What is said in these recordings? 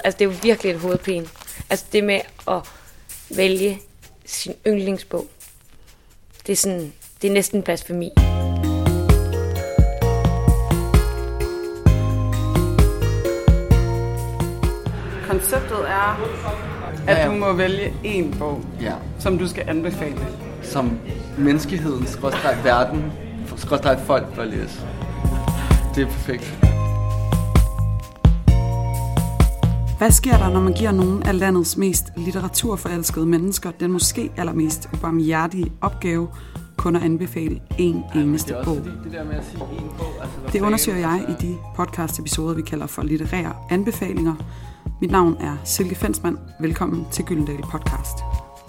Altså, det er jo virkelig et hovedpine. Altså, det med at vælge sin yndlingsbog. Det er sådan, det er næsten blasfemi. Konceptet er, at du må vælge én bog, som du skal anbefale. Som menneskehedens verden, folk bør læse. Det er perfekt. Hvad sker der, når man giver nogle af landets mest litteraturforelskede mennesker den måske allermest ubarmhjertige opgave kun at anbefale én eneste bog? Det undersøger jeg i de podcast-episoder, vi kalder for litterære anbefalinger. Mit navn er Silke Fensmann. Velkommen til Gyldendal Podcast.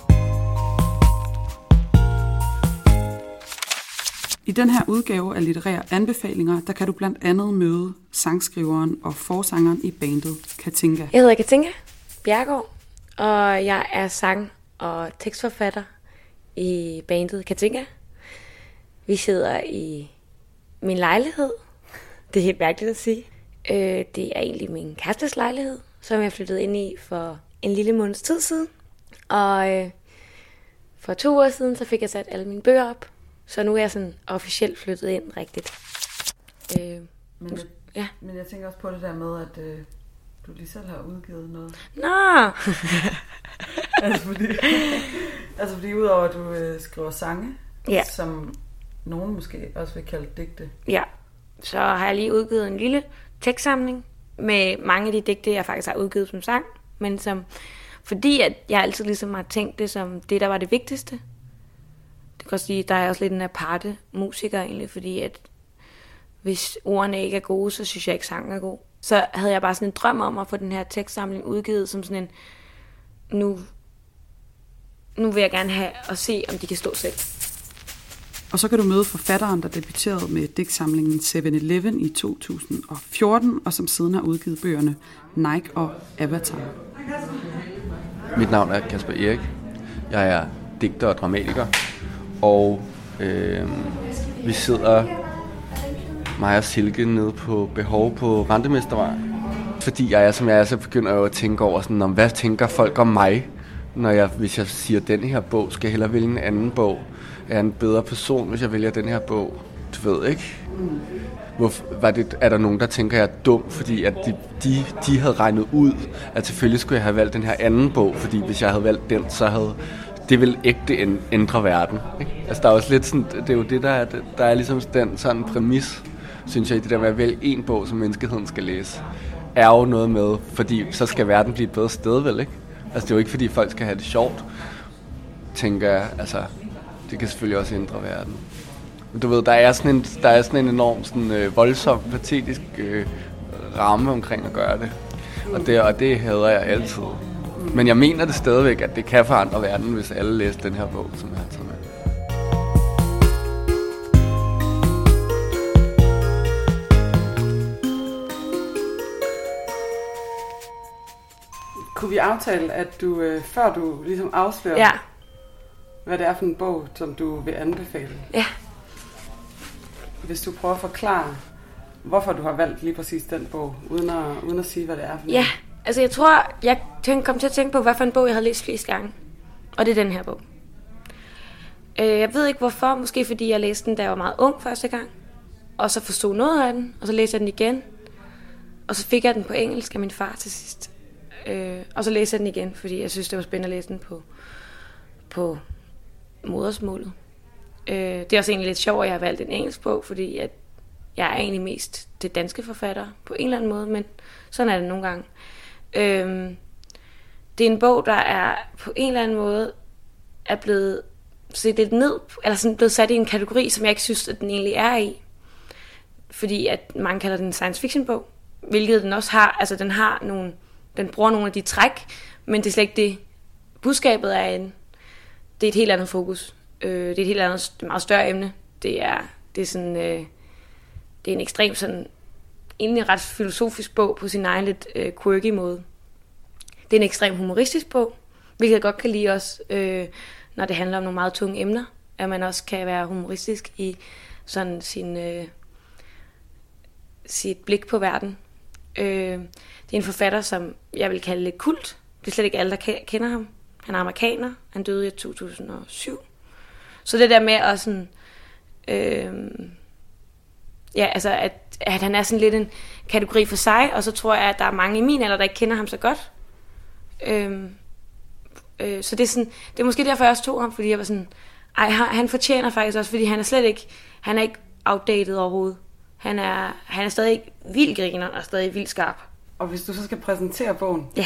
I den her udgave af litterære anbefalinger, der kan du blandt andet møde sangskriveren og forsangeren i bandet Katinka. Jeg hedder Katinka Bjerregaard, og jeg er sang- og tekstforfatter i bandet Katinka. Vi sidder i min lejlighed. Det er helt mærkeligt at sige. Det er egentlig min kærestes lejlighed, som jeg flyttede ind i for en lille måneds tid siden. Og for 2 uger siden, så fik jeg sat alle mine bøger op. Så nu er jeg sådan officielt flyttet ind rigtigt. Men jeg tænker også på det der med, at du lige selv har udgivet noget. Nå! altså fordi udover at du skriver sange, som nogen måske også vil kalde digte. Ja, så har jeg lige udgivet en lille tekstsamling med mange af de digte, jeg faktisk har udgivet som sang. Men fordi at jeg altid ligesom har tænkt det som det, der var det vigtigste. Det kan også sige, at der er også lidt en aparte musiker egentlig, fordi at hvis ordene ikke er gode, så synes jeg ikke, sangen er god. Så havde jeg bare sådan en drøm om at få den her tekstsamling udgivet som sådan en, nu vil jeg gerne have at se, om de kan stå selv. Og så kan du møde forfatteren, der debuterede med digtsamlingen 7-Eleven i 2014, og som siden har udgivet bøgerne Nike og Avatar. Mit navn er Kasper Erik. Jeg er digter og dramatiker. Og vi sidder, mig og Silke, nede på Behov på Rentemestervej. Fordi jeg er, som jeg er, så begynder jeg at tænke over, sådan, om hvad tænker folk om mig, hvis jeg siger, at den her bog, skal jeg hellere vælge en anden bog. Er jeg en bedre person, hvis jeg vælger den her bog? Du ved ikke. Er der nogen, der tænker, at jeg er dum, fordi at de havde regnet ud, at selvfølgelig skulle jeg have valgt den her anden bog, fordi hvis jeg havde valgt den, så havde det vil ægte ændre verden. Ikke? Altså der er også lidt sådan, det er jo det, der er ligesom den sådan præmis, synes jeg, i det der med at vælge en bog, som menneskeheden skal læse, er jo noget med, fordi så skal verden blive et bedre sted, vel, ikke? Altså det er jo ikke, fordi folk skal have det sjovt, tænker jeg, altså det kan selvfølgelig også ændre verden. Men du ved, der er sådan en enorm sådan, voldsom, patetisk ramme omkring at gøre det. Og det hader jeg altid. Men jeg mener det stadigvæk, at det kan forandre verden, hvis alle læser den her bog, som jeg har taget med. Kunne vi aftale, at du, før du ligesom afslører, hvad det er for en bog, som du vil anbefale? Ja. Hvis du prøver at forklare, hvorfor du har valgt lige præcis den bog, uden at sige, hvad det er for en. Ja. Altså jeg tror, jeg kom til at tænke på, hvad for en bog jeg havde læst flest gange. Og det er den her bog. Jeg ved ikke hvorfor, måske fordi jeg læste den, da jeg var meget ung første gang. Og så forstod noget af den, og så læste jeg den igen. Og så fik jeg den på engelsk af min far til sidst. Og så læste jeg den igen, fordi jeg synes, det var spændende at læse den på modersmålet. Det er også egentlig lidt sjovt, at jeg har valgt en engelsk bog, fordi at jeg er egentlig mest til danske forfattere på en eller anden måde, men sådan er det nogle gange. Det er en bog, der er på en eller anden måde er blevet set lidt ned, eller sådan blevet sat i en kategori, som jeg ikke synes, at den egentlig er i. Fordi at mange kalder den en science fiction bog, hvilket den også har. Altså den bruger nogle af de træk, men det er slet ikke det. Budskabet er det er et helt andet fokus. Det er et helt andet, meget større emne. Det er sådan, det er en ekstrem sådan, egentlig ret filosofisk bog på sin egen lidt quirky måde. Det er en ekstrem humoristisk bog, hvilket jeg godt kan lide også, når det handler om nogle meget tunge emner, at man også kan være humoristisk i sådan sit blik på verden. Det er en forfatter, som jeg vil kalde lidt kult. Det er slet ikke alle, der kender ham. Han er amerikaner. Han døde i 2007. Så det der med at sådan... altså at han er sådan lidt en kategori for sig, og så tror jeg, at der er mange i min alder, der ikke kender ham så godt. Så det er sådan, det er måske derfor, jeg også tog ham, fordi jeg var sådan, han fortjener faktisk også, fordi han er ikke outdated overhovedet. Han er stadig vildt griner og stadig vildt skarp. Og hvis du så skal præsentere bogen? Ja.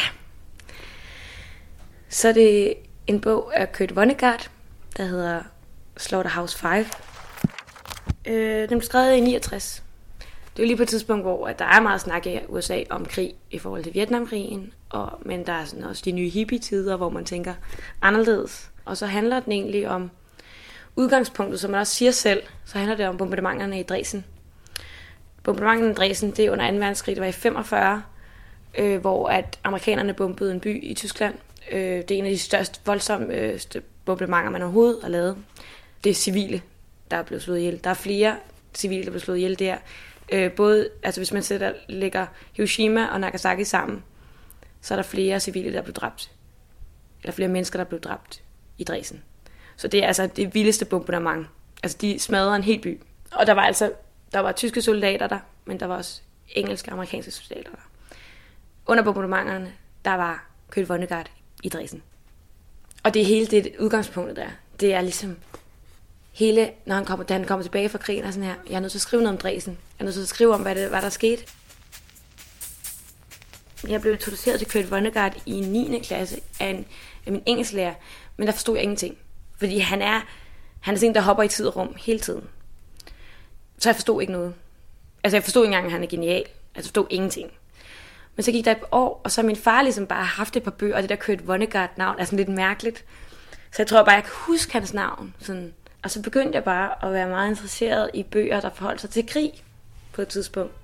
Så er det en bog af Kurt Vonnegut, der hedder Slaughterhouse 5. Den blev skrevet i 69. Det er jo lige på et tidspunkt, hvor der er meget snak i USA om krig i forhold til Vietnamkrigen, men der er sådan også de nye hippie-tider, hvor man tænker anderledes. Og så handler den egentlig om udgangspunktet, som man også siger selv, så handler det om bombardementerne i Dresden. Bombardementerne i Dresden, det er under 2. verdenskrig, det var i 45, hvor at amerikanerne bombede en by i Tyskland. Det er en af de største, voldsomme bombardementer, man overhovedet har lavet. Det er civile, der er blevet slået ihjel. Der er flere civile, der er blevet slået ihjel der. Både, altså hvis man lægger Hiroshima og Nagasaki sammen, så er der flere civile, der er blevet dræbt. Eller flere mennesker, der er blevet dræbt i Dresden. Så det er altså det vildeste bombardement. Altså de smadrede en hel by. Og der var tyske soldater der, men der var også engelske og amerikanske soldater der. Under bombardementerne, der var Kurt Vonnegut i Dresden. Og det er hele det udgangspunktet der. Det er ligesom hele, da han kommer tilbage fra krigen, er sådan her, jeg er nødt til at skrive noget om Dresden. Jeg er nødt til at skrive om, hvad der skete. Jeg blev introduceret til Kurt Vonnegut i 9. klasse af min engelsklærer, men der forstod jeg ingenting. Fordi han er sådan en, der hopper i tid og rum hele tiden. Så jeg forstod ikke noget. Altså jeg forstod ikke engang, at han er genial. Jeg forstod ingenting. Men så gik der et par år, og så har min far ligesom bare haft et par bøger, og det der Kurt Vonnegut-navn er sådan lidt mærkeligt. Så jeg tror bare, jeg kan huske hans navn. Sådan. Og så begyndte jeg bare at være meget interesseret i bøger, der forholdt sig til krig på et tidspunkt.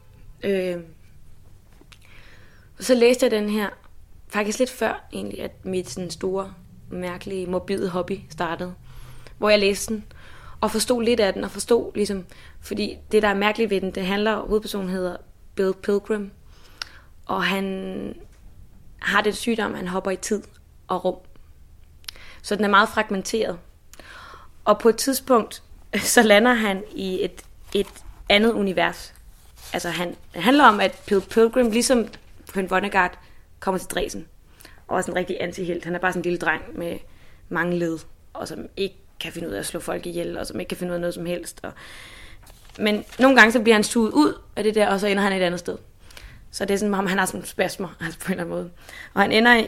Og så læste jeg den her, faktisk lidt før egentlig, at mit sådan store, mærkelige, morbide hobby startede. Hvor jeg læste den, og forstod lidt af den, og forstod ligesom, fordi det, der er mærkeligt ved den, det handler, hovedpersonen hedder Bill Pilgrim, og han har den sygdom, han hopper i tid og rum. Så den er meget fragmenteret. Og på et tidspunkt, så lander han i et andet univers. Altså det handler om, at Bill Pilgrim, ligesom Kurt Vonnegut, kommer til Dresden. Og er sådan en rigtig antihelt. Han er bare sådan en lille dreng med mange led, og som ikke kan finde ud af at slå folk ihjel, og som ikke kan finde ud af noget som helst. Men nogle gange så bliver han suget ud af det der, og så ender han et andet sted. Så det er sådan, han har sådan spasmer, altså på en eller anden måde. Og han ender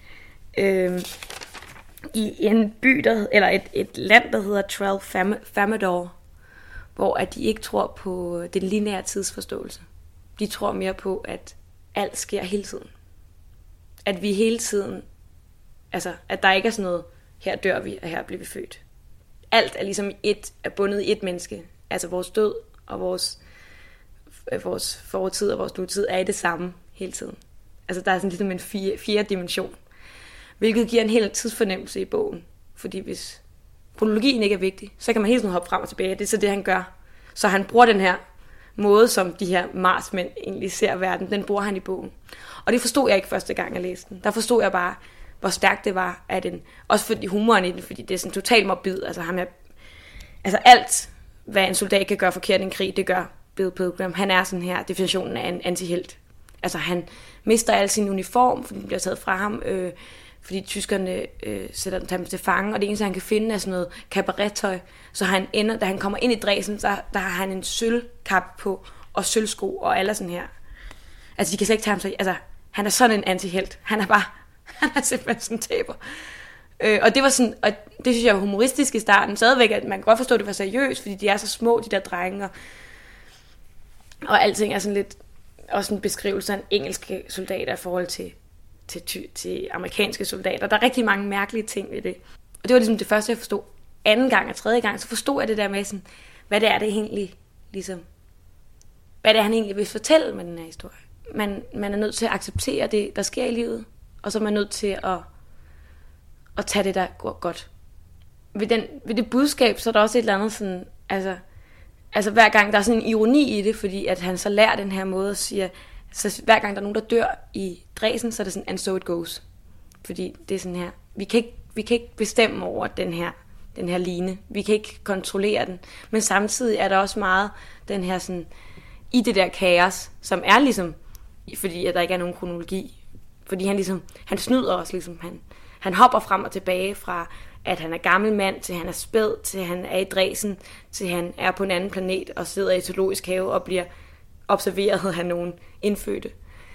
i en by, eller et land, der hedder Trell Thermidor, hvor at de ikke tror på den lineære tidsforståelse. De tror mere på, at alt sker hele tiden. At vi hele tiden, altså at der ikke er sådan noget, her dør vi, og her bliver vi født. Alt er ligesom er bundet i et menneske. Altså vores død og vores fortid og vores nutid er i det samme hele tiden. Altså der er sådan ligesom en fjerde dimension. Hvilket giver en hel tidsfornemmelse i bogen. Fordi hvis kronologien ikke er vigtig, så kan man hele tiden hoppe frem og tilbage. Det er så det, han gør. Så han bruger den her måde, som de her Marsmænd egentlig ser verden, den bruger han i bogen. Og det forstod jeg ikke første gang, jeg læste den. Der forstod jeg bare, hvor stærkt det var af den. Også fordi humoren i den, fordi det er sådan totalt morbid. Altså alt, hvad en soldat kan gøre forkert i en krig, det gør Bill Pilgrim. Han er sådan her definitionen af en antihelt. Altså han mister al sin uniform, fordi den bliver taget fra ham, fordi tyskerne sætter dem til fange, og det eneste, han kan finde, er sådan noget kabarettøj. Så da han kommer ind i Dresden, der har han en sølvkap på, og sølvsko, og alle sådan her. Altså, de kan slet ikke tage ham så... Altså, han er sådan en antihelt. Han er simpelthen sådan en taber. Og det var sådan... Og det synes jeg var humoristisk i starten. Stadigvæk, at man kan godt forstå, at det var seriøst, fordi de er så små, de der drenge, og alting er sådan lidt... Også en beskrivelse af en engelske soldater i forhold til amerikanske soldater. Der er rigtig mange mærkelige ting ved det. Og det var ligesom det første, jeg forstod. Anden gang og tredje gang, så forstod jeg det der med sådan, hvad det er, det egentlig ligesom... Hvad det er, han egentlig vil fortælle med den her historie. Man er nødt til at acceptere det, der sker i livet, og så er man nødt til at tage det, der går godt. Ved det budskab, så er der også et eller andet sådan... Altså hver gang, der er sådan en ironi i det, fordi at han så lærer den her måde og siger, Så hver gang der er nogen, der dør i Dresden, så er det sådan, and so it goes. Fordi det er sådan her, vi kan ikke bestemme over den her line. Vi kan ikke kontrollere den. Men samtidig er der også meget den her sådan, i det der kaos, som er ligesom, fordi at der ikke er nogen kronologi. Fordi han snyder os ligesom. Han hopper frem og tilbage fra, at han er gammel mand, til han er spæd, til han er i Dresden, til han er på en anden planet og sidder i zoologisk have og bliver observeret af nogen indfødte.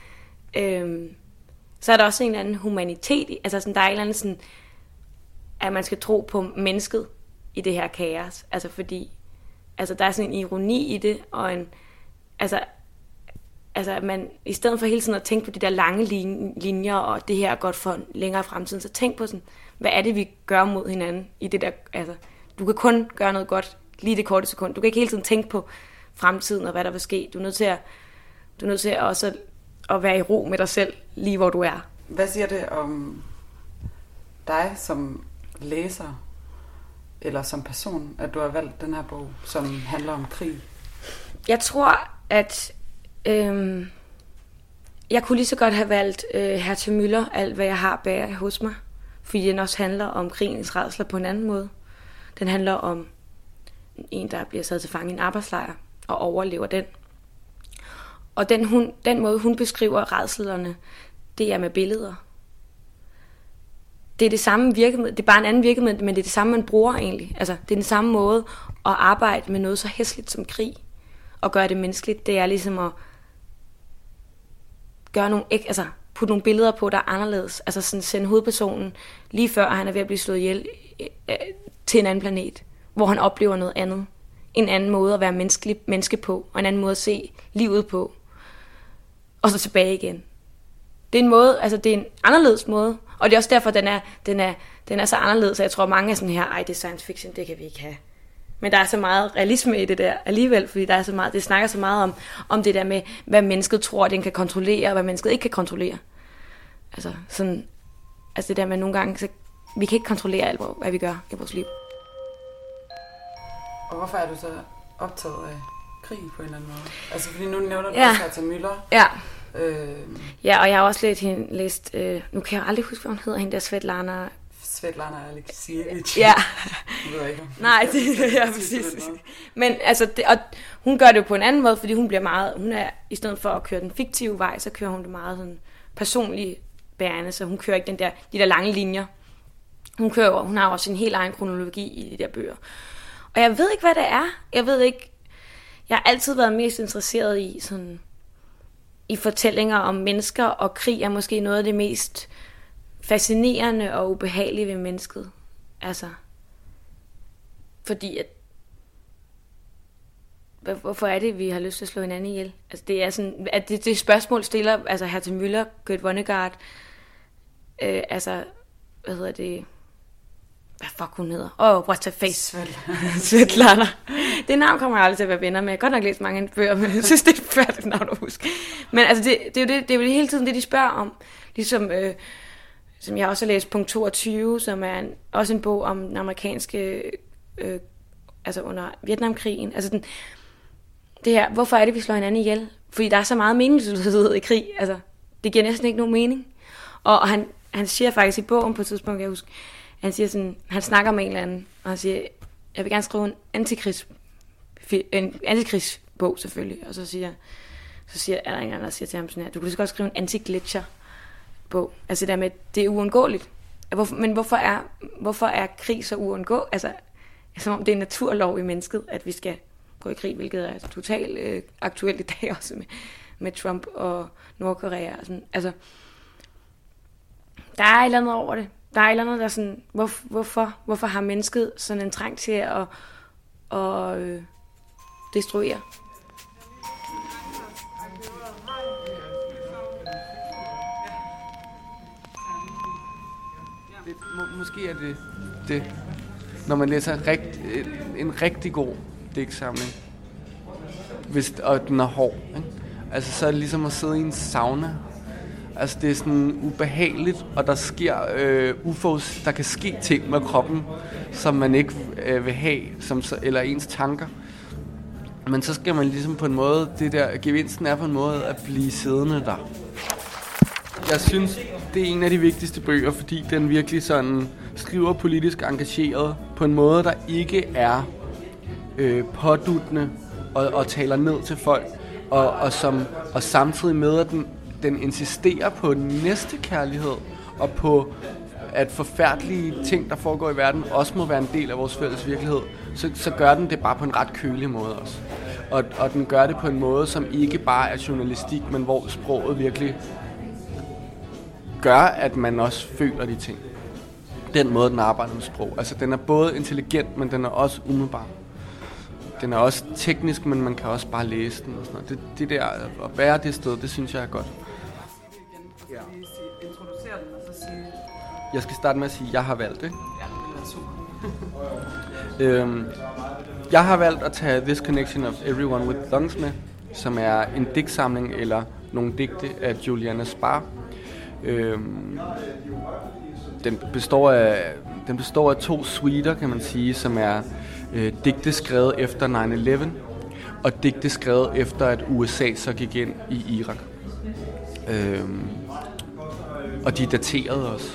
Så er der også en eller anden humanitet, altså sådan, der er en eller anden sådan, at man skal tro på mennesket i det her kaos. Altså fordi, altså der er sådan en ironi i det, og en, altså at man, i stedet for hele tiden at tænke på de der lange linjer, og det her er godt for længere fremtiden, så tænk på sådan, hvad er det, vi gør mod hinanden i det der, altså, du kan kun gøre noget godt lige det korte sekund. Du kan ikke hele tiden tænke på fremtiden og hvad der vil ske. Du er nødt til også at være i ro med dig selv, lige hvor du er. Hvad siger det om dig som læser, eller som person, at du har valgt den her bog, som handler om krig? Jeg tror, at jeg kunne lige så godt have valgt Hertha Müller, alt hvad jeg har bag hos mig, fordi den også handler om krigens rædsler på en anden måde. Den handler om en, der bliver sat til fange i en arbejdslejr og overlever den. Og den måde, hun beskriver rædslerne, det er med billeder. Det er det samme virkemiddel, det er bare en anden virkemiddel, men det er det samme, man bruger egentlig. Altså, det er den samme måde at arbejde med noget så hæsligt som krig, og gøre det menneskeligt. Det er ligesom at gøre putte nogle billeder på, der er anderledes. Altså sådan sende hovedpersonen lige før han er ved at blive slået ihjel til en anden planet, hvor han oplever noget andet. En anden måde at være menneske på, og en anden måde at se livet på. Og så tilbage igen. Det er en måde, altså det er en anderledes måde, og det er også derfor, den er så anderledes, så jeg tror mange er sådan her, det er science fiction, det kan vi ikke have. Men der er så meget realisme i det der alligevel, fordi der er så meget, det snakker så meget om det der med, hvad mennesket tror, den kan kontrollere, og hvad mennesket ikke kan kontrollere. Altså det der med nogle gange, så vi kan ikke kontrollere alt, hvad vi gør i vores liv. Og hvorfor er du så optaget af krig på en eller anden måde? Altså fordi nu nævner du også Hertha Müller. Ja. Ja, og jeg har også læst nu kan jeg aldrig huske, hvad hun hedder, hende der Svetlana Alexievich. Ja. Jeg ved ikke. Nej, det er præcis. Men altså, og hun gør det jo på en anden måde, fordi hun er, i stedet for at køre den fiktive vej, så kører hun det meget sådan personligt bærende, så hun kører ikke de der lange linjer. Hun har også en helt egen kronologi i de der bøger. Og jeg ved ikke, hvad det er. Jeg har altid været mest interesseret i fortællinger om mennesker, og krig er måske noget af det mest fascinerende og ubehagelige ved mennesket. Altså, fordi hvorfor er det, vi har lyst til at slå hinanden ihjel? Altså, det er sådan, at det spørgsmål stiller, altså Hertha Müller, Kurt Vonnegut, hvad hedder det? Hvad fuck hun hedder? What's her face? Svetlana. Det navn kommer jeg aldrig til at være venner med. Jeg har godt nok læst mange bøger, men jeg synes, det er et færdigt navn at huske. Men altså, det er jo hele tiden det, de spørger om. Ligesom, som jeg også har læst, Punkt 22, som er også en bog om den amerikanske, under Vietnamkrigen. Altså, det her, hvorfor er det, vi slår hinanden ihjel? Fordi der er så meget meningsløshed i krig. Altså, det giver næsten ikke nogen mening. Og han siger faktisk i bogen på et tidspunkt, jeg husker, han siger sådan, han snakker med en eller anden, og han siger, jeg vil gerne skrive en antikrigsbog selvfølgelig, og så siger er der en anden, der siger til ham sådan her, du kunne lige så godt skrive en anti-glitcher-bog. Altså det der med, det er uundgåeligt. Men hvorfor er krig så uundgåeligt? Altså, som om det er en naturlov i mennesket, at vi skal gå i krig, hvilket er totalt aktuelt i dag også med Trump og Nordkorea. Og sådan. Altså, der er et eller andet over det. Der er et eller andet, der er sådan, hvorfor har mennesket sådan en trang til at destruere? Måske er det, når man læser en rigtig god digtsamling, og den er hård, ikke? Altså så er det ligesom at sidde i en sauna. Altså det er sådan ubehageligt, og der sker der kan ske ting med kroppen, som man ikke vil have, eller ens tanker. Men så skal man ligesom på en måde, gevinsten er på en måde at blive siddende der. Jeg synes, det er en af de vigtigste bøger, fordi den virkelig sådan skriver politisk engageret på en måde, der ikke er påduttende og taler ned til folk, og samtidig med, at den insisterer på næstekærlighed og på, at forfærdelige ting, der foregår i verden, også må være en del af vores fælles virkelighed, så gør den det bare på en ret kølig måde også. Og den gør det på en måde, som ikke bare er journalistik, men hvor sproget virkelig gør, at man også føler de ting. Den måde, den arbejder med sprog. Altså, den er både intelligent, men den er også umiddelbar. Den er også teknisk, men man kan også bare læse den og sådan noget. Det der, at være det sted, det synes jeg er godt. Ja. Introducere den og så sige... Jeg skal starte med at sige, at jeg har valgt, ikke? Ja, det er super. Jeg har valgt at tage This Connection of Everyone with Lungs med, som er en digtsamling eller nogle digte af Juliana Spahr. Den består af 2 suiter, kan man sige, som er digte skrevet efter 9/11 og digte skrevet efter at USA så gik ind i Irak. Og de er dateret også.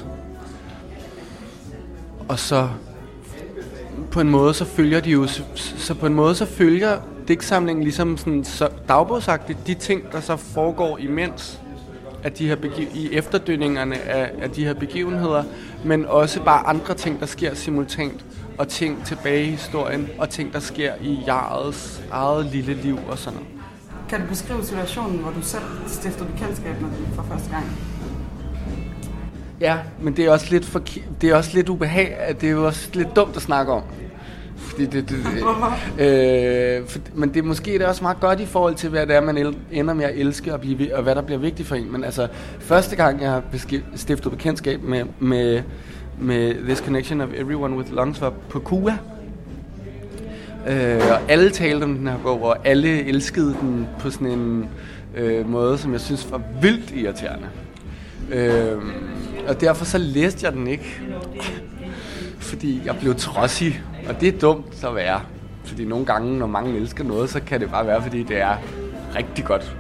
Og så på en måde så følger de jo så følger digtsamlingen ligesom sådan så dagbogsagtigt de ting, der så foregår imens at de her i efterdønningerne af de her begivenheder, men også bare andre ting, der sker simultant, og ting tilbage i historien, og ting, der sker i Jarrets eget lille liv og sådan noget. Kan du beskrive situationen, hvor du selv stiftede bekendtskab med den for første gang? Ja, men det er også lidt ubehageligt. Det er jo også lidt dumt at snakke om. Fordi men det er måske det er også meget godt i forhold til, hvad det er, man ender med at elske og hvad der bliver vigtigt for en. Men altså, første gang, jeg har stiftet bekendtskab med This Connection of Everyone with Lungs, var på Cuba. Og alle talte om den her bog, og alle elskede den på sådan en måde, som jeg synes var vildt irriterende. Og derfor så læste jeg den ikke. Fordi jeg blev trodsig, og det er dumt at være. Fordi nogle gange, når mange elsker noget, så kan det bare være, fordi det er rigtig godt.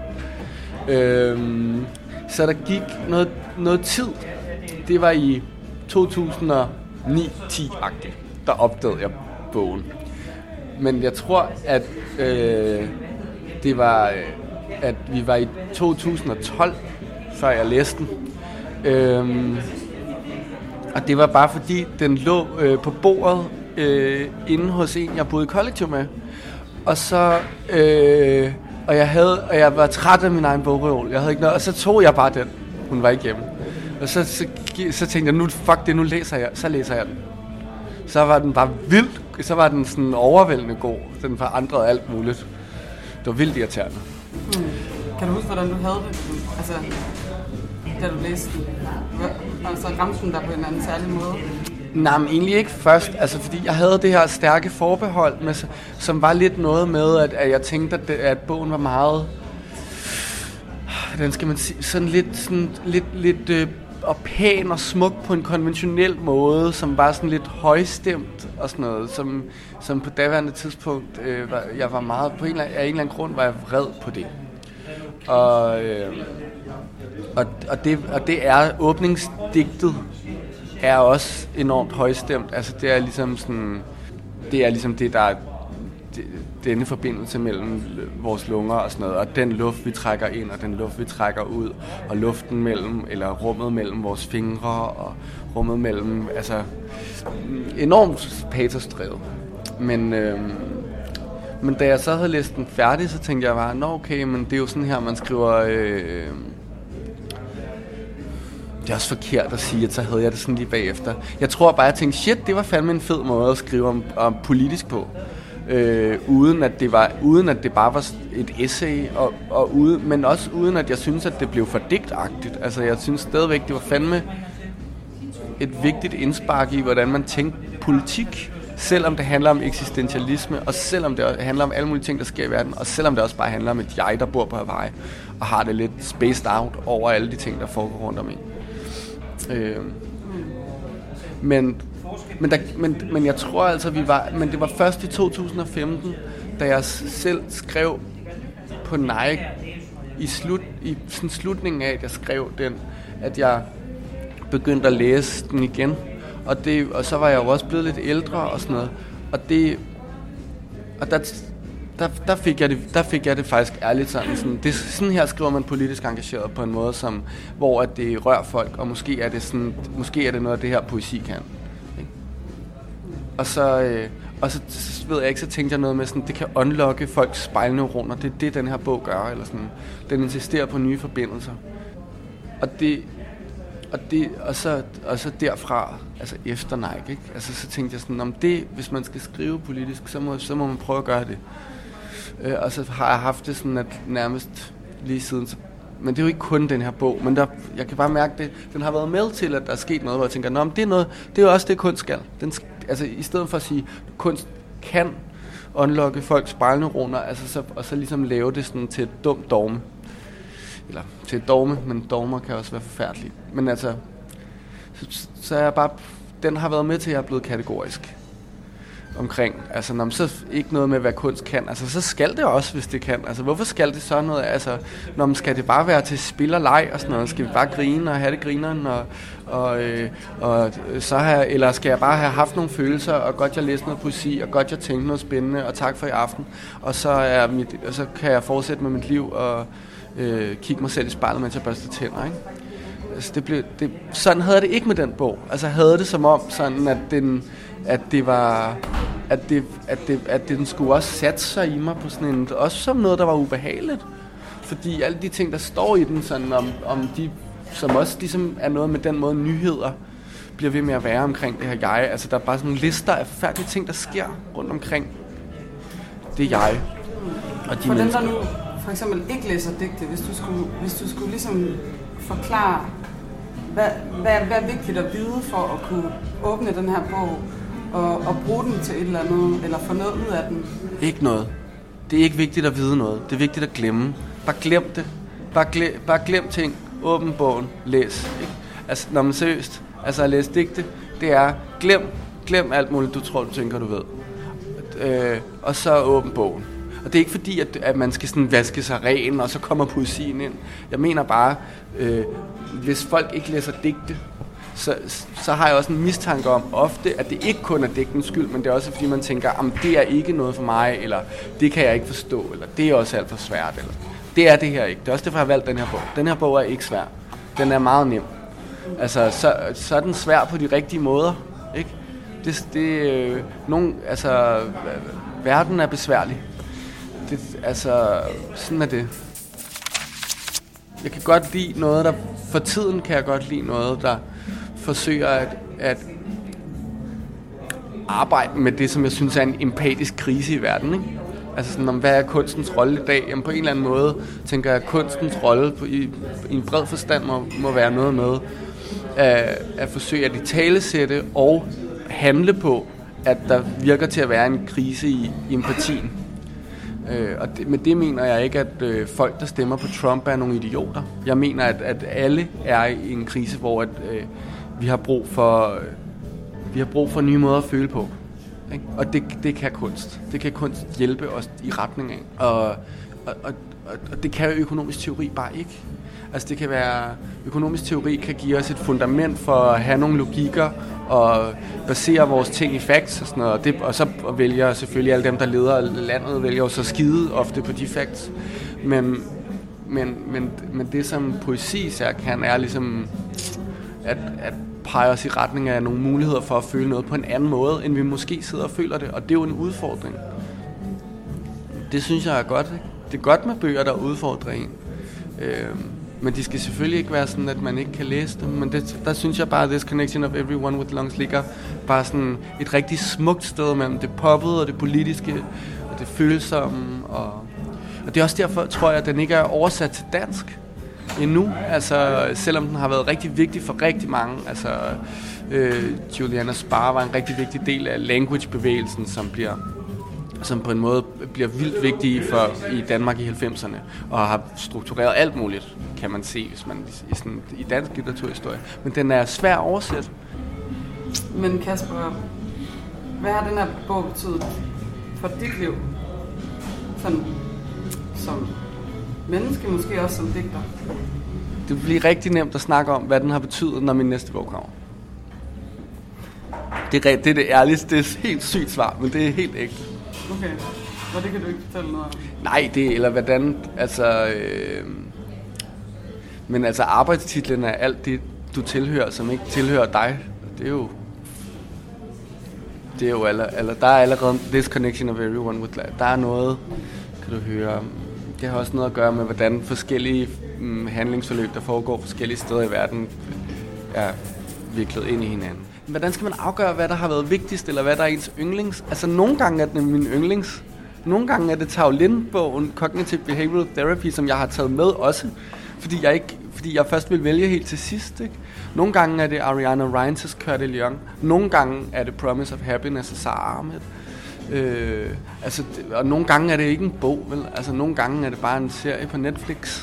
Så der gik noget tid. Det var i 2009-10-agtigt, der opdagede jeg bogen. Men jeg tror, at det var, at vi var i 2012, før jeg læste den. Og det var bare fordi, den lå på bordet inde hos en, jeg boede i kollektiv med. Og så og jeg var træt af min egen bogreol. Jeg havde ikke noget, og så tog jeg bare den. Hun var ikke hjemme. Og så tænkte jeg, nu læser jeg. Så læser jeg den. Så var den bare vildt. Så var den sådan overvældende god. Den forandrede alt muligt. Det var vildt irriterende. Kan du huske, hvordan du havde det? Altså, da du læste den? Altså, ramte den der på en anden særlig måde? Nej, men egentlig ikke først. Altså, fordi jeg havde det her stærke forbehold, med, som var lidt noget med, at jeg tænkte, at bogen var meget... Den skal man sige, sådan lidt og pæn og smuk på en konventionel måde, som var sådan lidt højstemt og sådan noget, som på daværende tidspunkt, jeg var meget, af en eller anden grund var jeg vred på det. Og det er åbningsdigtet er også enormt højstemt. Altså det er ligesom sådan, det er ligesom det der er denne forbindelse mellem vores lunger og sådan noget, og den luft vi trækker ind og den luft vi trækker ud, og luften mellem eller rummet mellem vores fingre og rummet mellem, altså enormt patosdrevet. Men da jeg så havde læst den færdig, så tænkte jeg bare, okay, men det er jo sådan her man skriver. Det er også forkert at sige, at så havde jeg det sådan lige bagefter. Jeg tror bare, jeg tænkte, shit, det var fandme en fed måde at skrive om politisk på. Uden at det bare var et essay, men også uden at jeg synes, at det blev for digtagtigt. Altså, jeg synes stadigvæk, det var fandme et vigtigt indspark i, hvordan man tænker politik, selvom det handler om eksistentialisme, og selvom det handler om alle mulige ting, der sker i verden, og selvom det også bare handler om et jeg, der bor på Hawaii, og har det lidt spaced out over alle de ting, der foregår rundt om en. Men jeg tror altså, men det var først i 2015, da jeg selv skrev på Nike, i sådan slutningen af, at jeg skrev den, at jeg begyndte at læse den igen. Og så var jeg jo også blevet lidt ældre og sådan noget. Og der fik jeg det faktisk ærligt sådan. Det, sådan her skriver man politisk engageret på en måde, hvor at det rører folk, og måske er det noget af det her poesi kan. Ikke? Og så ved jeg ikke, så tænkte jeg noget med sådan, det kan unlocke folks spejlneuroner. Det er det, den her bog gør, eller sådan. Den insisterer på nye forbindelser. Og så derfra, altså efter Nike, ikke? Altså så tænkte jeg sådan, om det, hvis man skal skrive politisk, så må man prøve at gøre det. Og så har jeg haft det sådan, at nærmest lige siden, men det er jo ikke kun den her bog, men jeg kan bare mærke det, den har været med til, at der er sket noget, hvor jeg tænker, det er jo også det, kunst skal. Altså i stedet for at sige, kunst kan unlocke folks spejlneuroner, altså og så ligesom lave det sådan til et dumt dogme. Eller til et dogme, men dogmer kan også være forfærdelige. Men altså, så er jeg bare, den har været med til, at jeg er blevet kategorisk omkring. Altså, når man så ikke noget med, hvad kunst kan. Altså, så skal det også, hvis det kan. Altså, hvorfor skal det så noget? Altså, når man skal det bare være til spil og leg og sådan noget? Skal vi bare grine og have det grineren? Og så eller skal jeg bare have haft nogle følelser, og godt jeg læste noget poesi, og godt jeg tænkte noget spændende, og tak for i aften. Og så kan jeg fortsætte med mit liv og kigge mig selv i spejlet, mens jeg børster tænder, ikke? Altså sådan havde jeg det ikke med den bog. Altså jeg havde det som om sådan, at den skulle også sætte sig i mig på sådan en, også som noget, der var ubehageligt. Fordi alle de ting, der står i den, sådan om de, som også ligesom er noget med den måde nyheder bliver ved med at være omkring det her jeg. Altså der er bare sådan nogle lister af forfærdelige ting, der sker rundt omkring det jeg. Og de for dem, der nu for eksempel ikke læser digte, hvis du skulle ligesom forklare, hvad er vigtigt at vide for at kunne åbne den her bog og bruge den til et eller andet, eller få noget ud af den? Ikke noget. Det er ikke vigtigt at vide noget. Det er vigtigt at glemme. Bare glem det. Bare glem ting. Åbn bogen. Læs. Ikke? Altså, når man seriøst, altså at læse digte, det er glem alt muligt, du tror, du tænker, du ved. Og så åbn bogen. Og det er ikke fordi, at man skal sådan vaske sig ren, og så kommer poesien ind. Jeg mener bare, hvis folk ikke læser digte, så har jeg også en mistanke om ofte, at det ikke kun er digtens skyld, men det er også fordi, man tænker, det er ikke noget for mig, eller det kan jeg ikke forstå, eller det er også alt for svært. Eller, det er det her ikke. Det er også derfor, jeg har valgt den her bog. Den her bog er ikke svær. Den er meget nem. Altså, så er den svær på de rigtige måder, ikke? Verden er besværlig. Sådan er det. Jeg kan godt lide noget, der for tiden kan jeg godt lide noget, der forsøger at arbejde med det, som jeg synes er en empatisk krise i verden, ikke? Altså sådan, hvad er kunstens rolle i dag? Jamen på en eller anden måde tænker jeg, at kunstens rolle i en bred forstand må være noget med at forsøge at italesætte og handle på, at der virker til at være en krise i empatien. Med det mener jeg ikke, at folk, der stemmer på Trump, er nogle idioter. Jeg mener, at alle er i en krise, hvor vi har brug for nye måder at føle på. Ikke? Og det kan kunst. Det kan kunst hjælpe os i retning af. Og det kan jo økonomisk teori bare ikke. Altså det kan være, økonomisk teori kan give os et fundament for at have nogle logikker og basere vores ting i facts og sådan noget. Og så vælger selvfølgelig alle dem, der leder landet, vælger jo så skide ofte på de facts. Men det som poesi især kan, er ligesom at pege os i retning af nogle muligheder for at føle noget på en anden måde, end vi måske sidder og føler det. Og det er jo en udfordring. Det synes jeg er godt, ikke? Det er godt med bøger, der udfordrer en. Men de skal selvfølgelig ikke være sådan, at man ikke kan læse dem. Men der synes jeg bare, at This Connection of Everyone with Lungs ligger bare sådan et rigtig smukt sted mellem det poppede og det politiske og det følsomme. Og det er også derfor, tror jeg, at den ikke er oversat til dansk endnu. Altså, selvom den har været rigtig vigtig for rigtig mange. Altså, Juliana Spahr var en rigtig vigtig del af language-bevægelsen, som på en måde bliver vildt vigtige i Danmark i 90'erne, og har struktureret alt muligt, kan man se, hvis man i dansk litteraturhistorie. Men den er svær at oversætte. Men Kasper, hvad har den her bog betydet for dit liv? Sådan som menneske, måske også som digter. Det vil blive rigtig nemt at snakke om, hvad den har betydet, når min næste bog kommer. Det er det ærligste, det er helt sygt svar, men det er helt ægte. Okay, og det kan du ikke fortælle noget om? Nej, det eller hvordan, altså... men altså arbejdstitlen er alt det, du tilhører, som ikke tilhører dig. Det er jo der er allerede this connection of everyone with life. Der er noget, kan du høre. Det har også noget at gøre med, hvordan forskellige handlingsforløb, der foregår forskellige steder i verden, er viklet ind i hinanden. Hvordan skal man afgøre, hvad der har været vigtigst, eller hvad der er ens yndlings? Altså nogle gange er det min yndlings. Nogle gange er det Tao Lin-bogen, Cognitive Behavioral Therapy, som jeg har taget med også, fordi jeg først vil vælge helt til sidst, ikke? Nogle gange er det Ariana Reines' Cœur de Lion. Nogle gange er det Promise of Happiness af Sara Ahmed. Og nogle gange er det ikke en bog, vel? Altså nogle gange er det bare en serie på Netflix.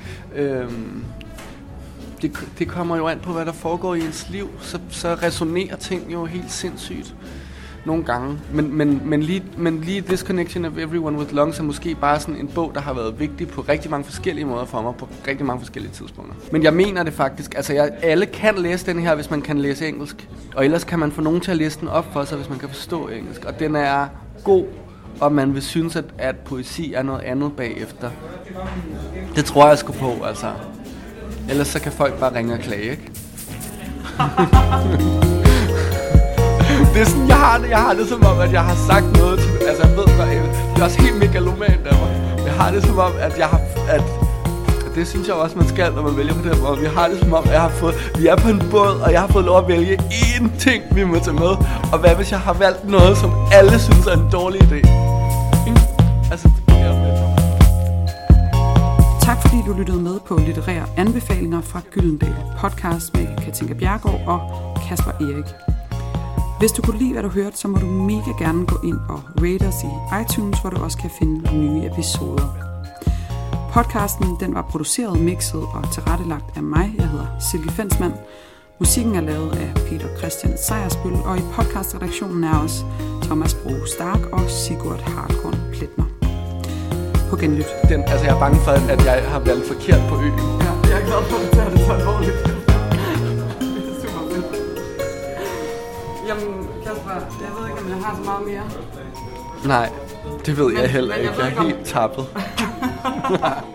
Det kommer jo an på, hvad der foregår i ens liv. Så resonerer ting jo helt sindssygt. Nogle gange. Men lige This Connection of Everyone with Lungs er måske bare sådan en bog, der har været vigtig på rigtig mange forskellige måder for mig, på rigtig mange forskellige tidspunkter. Men jeg mener det faktisk. Altså, alle kan læse den her, hvis man kan læse engelsk. Og ellers kan man få nogen til at læse den op for sig, hvis man kan forstå engelsk. Og den er god, og man vil synes, at poesi er noget andet bagefter. Det tror jeg sgu på, altså. Ellers så kan folk bare ringe og klage, ikke? Det er sådan, jeg har det som om, at jeg har sagt noget til... Altså, jeg ved godt, det er også helt megalomant af mig. Jeg har det som om, at jeg har... Det synes jeg også, man skal, når man vælger på den måde. Jeg har det som om, at vi er på en båd, og jeg har fået lov at vælge én ting, vi må tage med. Og hvad hvis jeg har valgt noget, som alle synes er en dårlig idé? Altså, Tak fordi du lyttede med på litterære anbefalinger fra Gyldendal podcast med Katinka Bjerregaard og Kasper Erik. Hvis du kunne lide, hvad du hørte, så må du mega gerne gå ind og rate os i iTunes, hvor du også kan finde nye episoder. Podcasten den var produceret, mixet og tilrettelagt af mig. Jeg hedder Silke Fensmann. Musikken er lavet af Peter Christian Sejersbøl, og i podcastredaktionen er også Thomas Bro Stark og Sigurd Hartkorn Pletner. På genlyt. Jeg er bange for, at jeg har valgt forkert på øen. Ja, jeg er glad for, at du tager det så alvorligt. Super fedt. Jamen, Kasper, jeg ved ikke, om jeg har så meget mere. Nej, det ved jeg heller ikke. Jeg er helt tappet.